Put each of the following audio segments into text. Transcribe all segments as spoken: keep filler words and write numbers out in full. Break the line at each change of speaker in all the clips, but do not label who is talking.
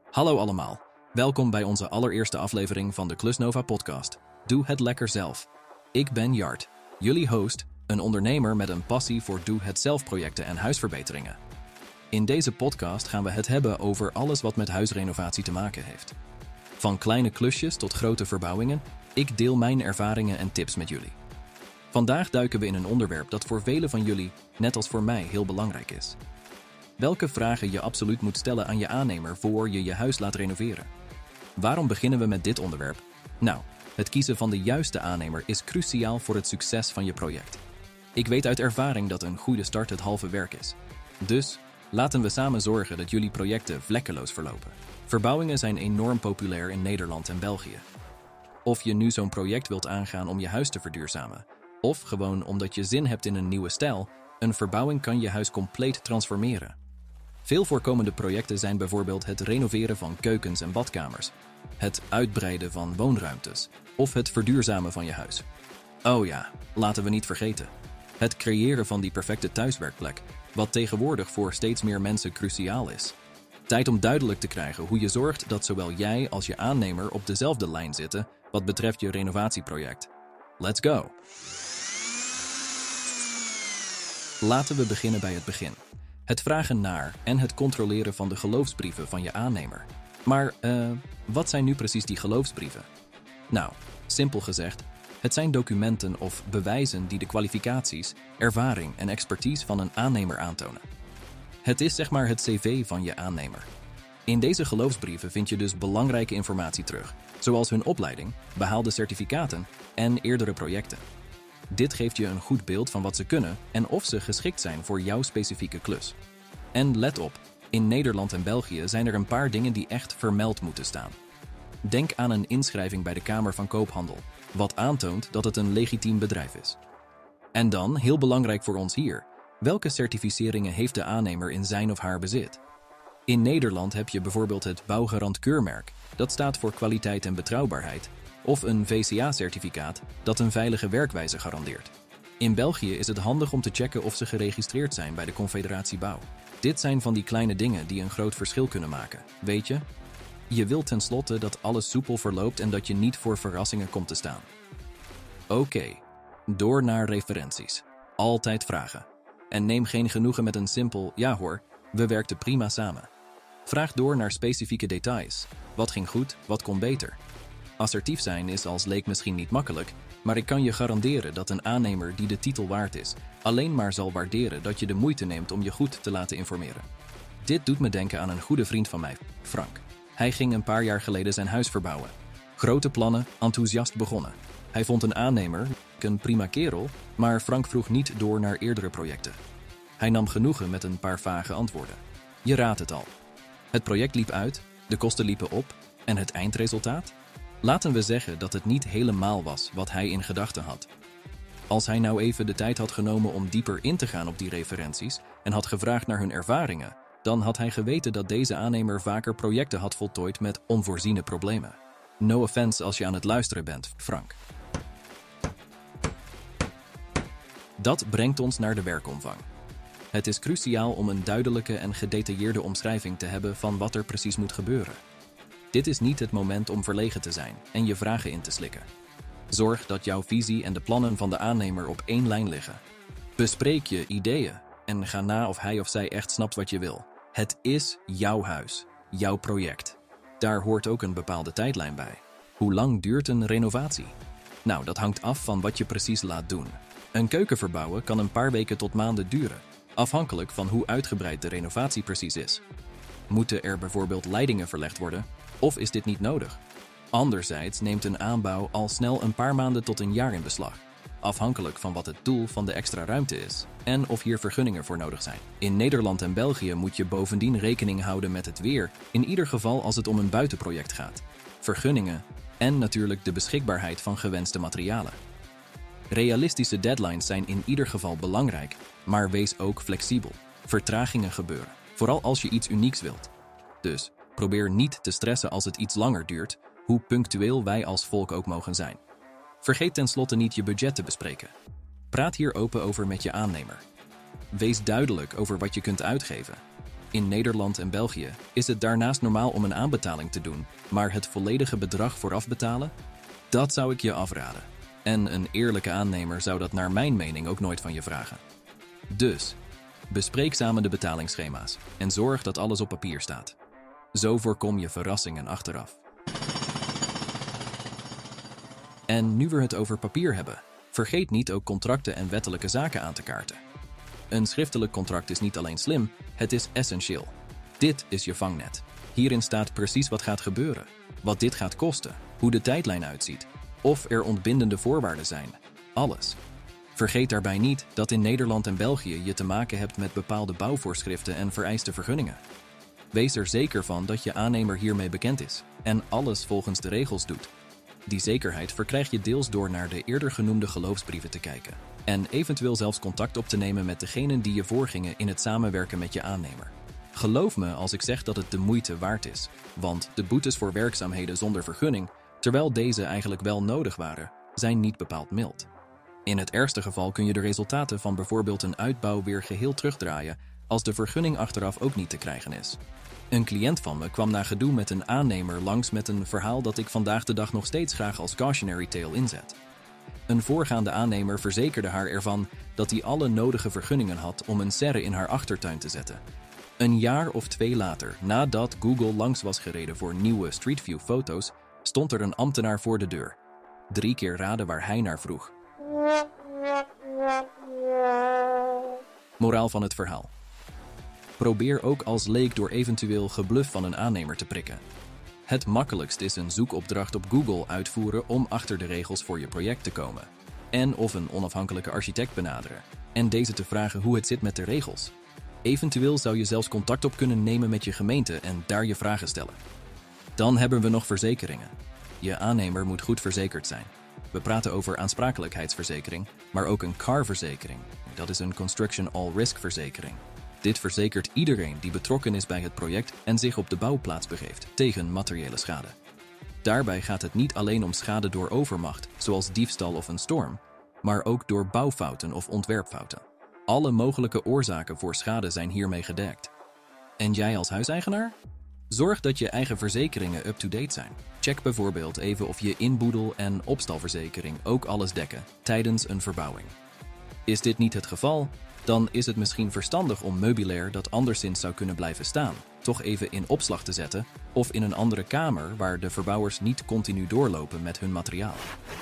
Hallo allemaal, welkom bij onze allereerste aflevering van de Klusnova podcast. Doe het lekker zelf. Ik ben Jart, jullie host, een ondernemer met een passie voor doe-het-zelf projecten en huisverbeteringen. In deze podcast gaan we het hebben over alles wat met huisrenovatie te maken heeft. Van kleine klusjes tot grote verbouwingen, ik deel mijn ervaringen en tips met jullie. Vandaag duiken we in een onderwerp dat voor velen van jullie, net als voor mij, heel belangrijk is. Welke vragen je absoluut moet stellen aan je aannemer voor je je huis laat renoveren? Waarom beginnen we met dit onderwerp? Nou, het kiezen van de juiste aannemer is cruciaal voor het succes van je project. Ik weet uit ervaring dat een goede start het halve werk is. Dus laten we samen zorgen dat jullie projecten vlekkeloos verlopen. Verbouwingen zijn enorm populair in Nederland en België. Of je nu zo'n project wilt aangaan om je huis te verduurzamen, of gewoon omdat je zin hebt in een nieuwe stijl, een verbouwing kan je huis compleet transformeren. Veel voorkomende projecten zijn bijvoorbeeld het renoveren van keukens en badkamers, het uitbreiden van woonruimtes of het verduurzamen van je huis. Oh ja, laten we niet vergeten. Het creëren van die perfecte thuiswerkplek, wat tegenwoordig voor steeds meer mensen cruciaal is. Tijd om duidelijk te krijgen hoe je zorgt dat zowel jij als je aannemer op dezelfde lijn zitten wat betreft je renovatieproject. Let's go! Laten we beginnen bij het begin. Het vragen naar en het controleren van de geloofsbrieven van je aannemer. Maar uh, wat zijn nu precies die geloofsbrieven? Nou, simpel gezegd, het zijn documenten of bewijzen die de kwalificaties, ervaring en expertise van een aannemer aantonen. Het is zeg maar het cv van je aannemer. In deze geloofsbrieven vind je dus belangrijke informatie terug, zoals hun opleiding, behaalde certificaten en eerdere projecten. Dit geeft je een goed beeld van wat ze kunnen en of ze geschikt zijn voor jouw specifieke klus. En let op, in Nederland en België zijn er een paar dingen die echt vermeld moeten staan. Denk aan een inschrijving bij de Kamer van Koophandel, wat aantoont dat het een legitiem bedrijf is. En dan, heel belangrijk voor ons hier, welke certificeringen heeft de aannemer in zijn of haar bezit? In Nederland heb je bijvoorbeeld het Bouwgarant keurmerk, dat staat voor kwaliteit en betrouwbaarheid, of een V C A-certificaat dat een veilige werkwijze garandeert. In België is het handig om te checken of ze geregistreerd zijn bij de Confederatie Bouw. Dit zijn van die kleine dingen die een groot verschil kunnen maken, weet je? Je wilt tenslotte dat alles soepel verloopt en dat je niet voor verrassingen komt te staan. Oké, okay, door naar referenties. Altijd vragen. En neem geen genoegen met een simpel, ja hoor, we werkten prima samen. Vraag door naar specifieke details. Wat ging goed, wat kon beter? Assertief zijn is als leek misschien niet makkelijk, maar ik kan je garanderen dat een aannemer die de titel waard is, alleen maar zal waarderen dat je de moeite neemt om je goed te laten informeren. Dit doet me denken aan een goede vriend van mij, Frank. Hij ging een paar jaar geleden zijn huis verbouwen. Grote plannen, enthousiast begonnen. Hij vond een aannemer, een prima kerel, maar Frank vroeg niet door naar eerdere projecten. Hij nam genoegen met een paar vage antwoorden. Je raadt het al. Het project liep uit, de kosten liepen op en het eindresultaat? Laten we zeggen dat het niet helemaal was wat hij in gedachten had. Als hij nou even de tijd had genomen om dieper in te gaan op die referenties en had gevraagd naar hun ervaringen, dan had hij geweten dat deze aannemer vaker projecten had voltooid met onvoorziene problemen. No offense als je aan het luisteren bent, Frank. Dat brengt ons naar de werkomvang. Het is cruciaal om een duidelijke en gedetailleerde omschrijving te hebben van wat er precies moet gebeuren. Dit is niet het moment om verlegen te zijn en je vragen in te slikken. Zorg dat jouw visie en de plannen van de aannemer op één lijn liggen. Bespreek je ideeën en ga na of hij of zij echt snapt wat je wil. Het is jouw huis, jouw project. Daar hoort ook een bepaalde tijdlijn bij. Hoe lang duurt een renovatie? Nou, dat hangt af van wat je precies laat doen. Een keuken verbouwen kan een paar weken tot maanden duren, afhankelijk van hoe uitgebreid de renovatie precies is. Moeten er bijvoorbeeld leidingen verlegd worden, of is dit niet nodig? Anderzijds neemt een aanbouw al snel een paar maanden tot een jaar in beslag, afhankelijk van wat het doel van de extra ruimte is en of hier vergunningen voor nodig zijn. In Nederland en België moet je bovendien rekening houden met het weer, in ieder geval als het om een buitenproject gaat, vergunningen en natuurlijk de beschikbaarheid van gewenste materialen. Realistische deadlines zijn in ieder geval belangrijk, maar wees ook flexibel. Vertragingen gebeuren, vooral als je iets unieks wilt. Dus probeer niet te stressen als het iets langer duurt, hoe punctueel wij als volk ook mogen zijn. Vergeet tenslotte niet je budget te bespreken. Praat hier open over met je aannemer. Wees duidelijk over wat je kunt uitgeven. In Nederland en België is het daarnaast normaal om een aanbetaling te doen, maar het volledige bedrag vooraf betalen? Dat zou ik je afraden. En een eerlijke aannemer zou dat naar mijn mening ook nooit van je vragen. Dus, bespreek samen de betalingsschema's en zorg dat alles op papier staat. Zo voorkom je verrassingen achteraf. En nu we het over papier hebben, vergeet niet ook contracten en wettelijke zaken aan te kaarten. Een schriftelijk contract is niet alleen slim, het is essentieel. Dit is je vangnet. Hierin staat precies wat gaat gebeuren, wat dit gaat kosten, hoe de tijdlijn uitziet, of er ontbindende voorwaarden zijn. Alles. Vergeet daarbij niet dat in Nederland en België je te maken hebt met bepaalde bouwvoorschriften en vereiste vergunningen. Wees er zeker van dat je aannemer hiermee bekend is en alles volgens de regels doet. Die zekerheid verkrijg je deels door naar de eerder genoemde geloofsbrieven te kijken en eventueel zelfs contact op te nemen met degenen die je voorgingen in het samenwerken met je aannemer. Geloof me als ik zeg dat het de moeite waard is, want de boetes voor werkzaamheden zonder vergunning, terwijl deze eigenlijk wel nodig waren, zijn niet bepaald mild. In het ergste geval kun je de resultaten van bijvoorbeeld een uitbouw weer geheel terugdraaien als de vergunning achteraf ook niet te krijgen is. Een cliënt van me kwam na gedoe met een aannemer langs met een verhaal dat ik vandaag de dag nog steeds graag als cautionary tale inzet. Een voorgaande aannemer verzekerde haar ervan dat hij alle nodige vergunningen had om een serre in haar achtertuin te zetten. Een jaar of twee later, nadat Google langs was gereden voor nieuwe Street View foto's, stond er een ambtenaar voor de deur. Drie keer raden waar hij naar vroeg. Moraal van het verhaal. Probeer ook als leek door eventueel gebluf van een aannemer te prikken. Het makkelijkst is een zoekopdracht op Google uitvoeren om achter de regels voor je project te komen. En of een onafhankelijke architect benaderen en deze te vragen hoe het zit met de regels. Eventueel zou je zelfs contact op kunnen nemen met je gemeente en daar je vragen stellen. Dan hebben we nog verzekeringen. Je aannemer moet goed verzekerd zijn. We praten over aansprakelijkheidsverzekering, maar ook een C A R-verzekering. Dat is een Construction All-Risk verzekering. Dit verzekert iedereen die betrokken is bij het project en zich op de bouwplaats begeeft tegen materiële schade. Daarbij gaat het niet alleen om schade door overmacht, zoals diefstal of een storm, maar ook door bouwfouten of ontwerpfouten. Alle mogelijke oorzaken voor schade zijn hiermee gedekt. En jij als huiseigenaar? Zorg dat je eigen verzekeringen up-to-date zijn. Check bijvoorbeeld even of je inboedel- en opstalverzekering ook alles dekken tijdens een verbouwing. Is dit niet het geval, dan is het misschien verstandig om meubilair dat anderszins zou kunnen blijven staan, toch even in opslag te zetten of in een andere kamer waar de verbouwers niet continu doorlopen met hun materiaal.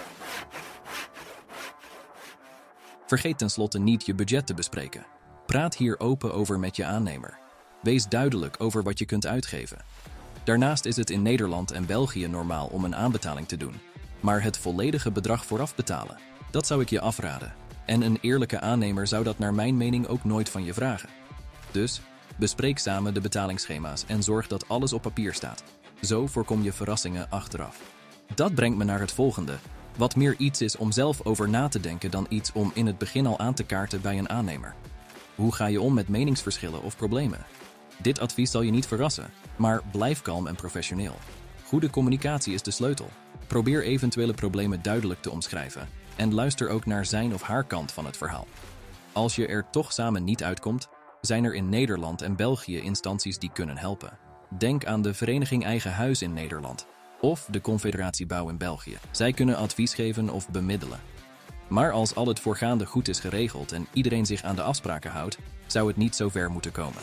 Vergeet tenslotte niet je budget te bespreken. Praat hier open over met je aannemer. Wees duidelijk over wat je kunt uitgeven. Daarnaast is het in Nederland en België normaal om een aanbetaling te doen, maar het volledige bedrag vooraf betalen, dat zou ik je afraden. En een eerlijke aannemer zou dat naar mijn mening ook nooit van je vragen. Dus, bespreek samen de betalingsschema's en zorg dat alles op papier staat. Zo voorkom je verrassingen achteraf. Dat brengt me naar het volgende, wat meer iets is om zelf over na te denken dan iets om in het begin al aan te kaarten bij een aannemer. Hoe ga je om met meningsverschillen of problemen? Dit advies zal je niet verrassen, maar blijf kalm en professioneel. Goede communicatie is de sleutel. Probeer eventuele problemen duidelijk te omschrijven en luister ook naar zijn of haar kant van het verhaal. Als je er toch samen niet uitkomt, zijn er in Nederland en België instanties die kunnen helpen. Denk aan de Vereniging Eigen Huis in Nederland of de Confederatie Bouw in België. Zij kunnen advies geven of bemiddelen. Maar als al het voorgaande goed is geregeld en iedereen zich aan de afspraken houdt, zou het niet zo ver moeten komen.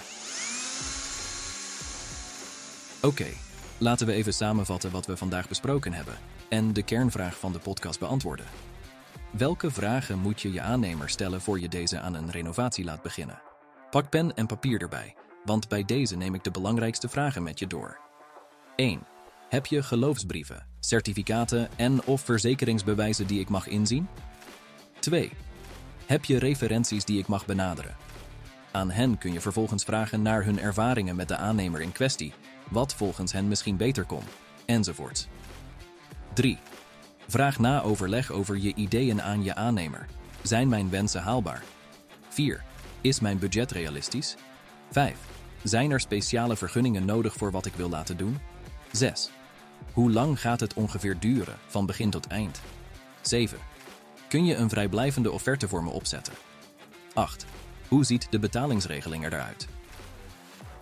Oké, okay, laten we even samenvatten wat we vandaag besproken hebben en de kernvraag van de podcast beantwoorden. Welke vragen moet je je aannemer stellen voor je deze aan een renovatie laat beginnen? Pak pen en papier erbij, want bij deze neem ik de belangrijkste vragen met je door. één. Heb je geloofsbrieven, certificaten en of verzekeringsbewijzen die ik mag inzien? twee. Heb je referenties die ik mag benaderen? Aan hen kun je vervolgens vragen naar hun ervaringen met de aannemer in kwestie, wat volgens hen misschien beter kon, enzovoorts. drie. Vraag na overleg over je ideeën aan je aannemer. Zijn mijn wensen haalbaar? vier. Is mijn budget realistisch? vijf. Zijn er speciale vergunningen nodig voor wat ik wil laten doen? zes. Hoe lang gaat het ongeveer duren, van begin tot eind? zeven. Kun je een vrijblijvende offerte voor me opzetten? acht. Hoe ziet de betalingsregeling eruit?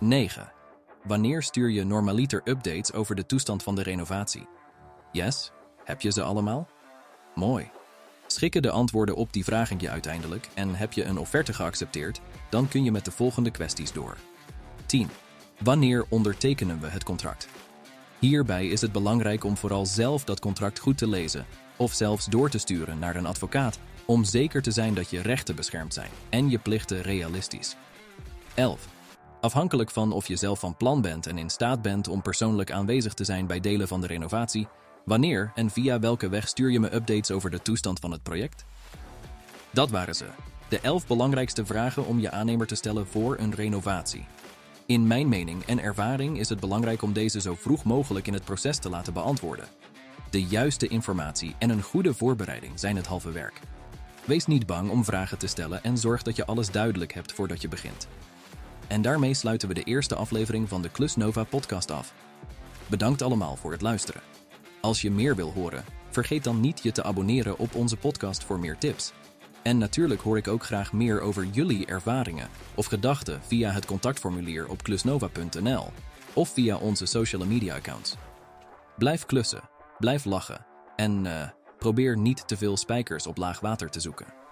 negen. Wanneer stuur je normaliter updates over de toestand van de renovatie? Yes? Heb je ze allemaal? Mooi. Schikken de antwoorden op die vragen je uiteindelijk en heb je een offerte geaccepteerd, dan kun je met de volgende kwesties door. tien. Wanneer ondertekenen we het contract? Hierbij is het belangrijk om vooral zelf dat contract goed te lezen of zelfs door te sturen naar een advocaat om zeker te zijn dat je rechten beschermd zijn en je plichten realistisch. elf. Afhankelijk van of je zelf van plan bent en in staat bent om persoonlijk aanwezig te zijn bij delen van de renovatie, wanneer en via welke weg stuur je me updates over de toestand van het project? Dat waren ze, de elf belangrijkste vragen om je aannemer te stellen voor een renovatie. In mijn mening en ervaring is het belangrijk om deze zo vroeg mogelijk in het proces te laten beantwoorden. De juiste informatie en een goede voorbereiding zijn het halve werk. Wees niet bang om vragen te stellen en zorg dat je alles duidelijk hebt voordat je begint. En daarmee sluiten we de eerste aflevering van de KlusNova podcast af. Bedankt allemaal voor het luisteren. Als je meer wil horen, vergeet dan niet je te abonneren op onze podcast voor meer tips. En natuurlijk hoor ik ook graag meer over jullie ervaringen of gedachten via het contactformulier op klusnova punt n l of via onze social media accounts. Blijf klussen, blijf lachen en uh, probeer niet te veel spijkers op laag water te zoeken.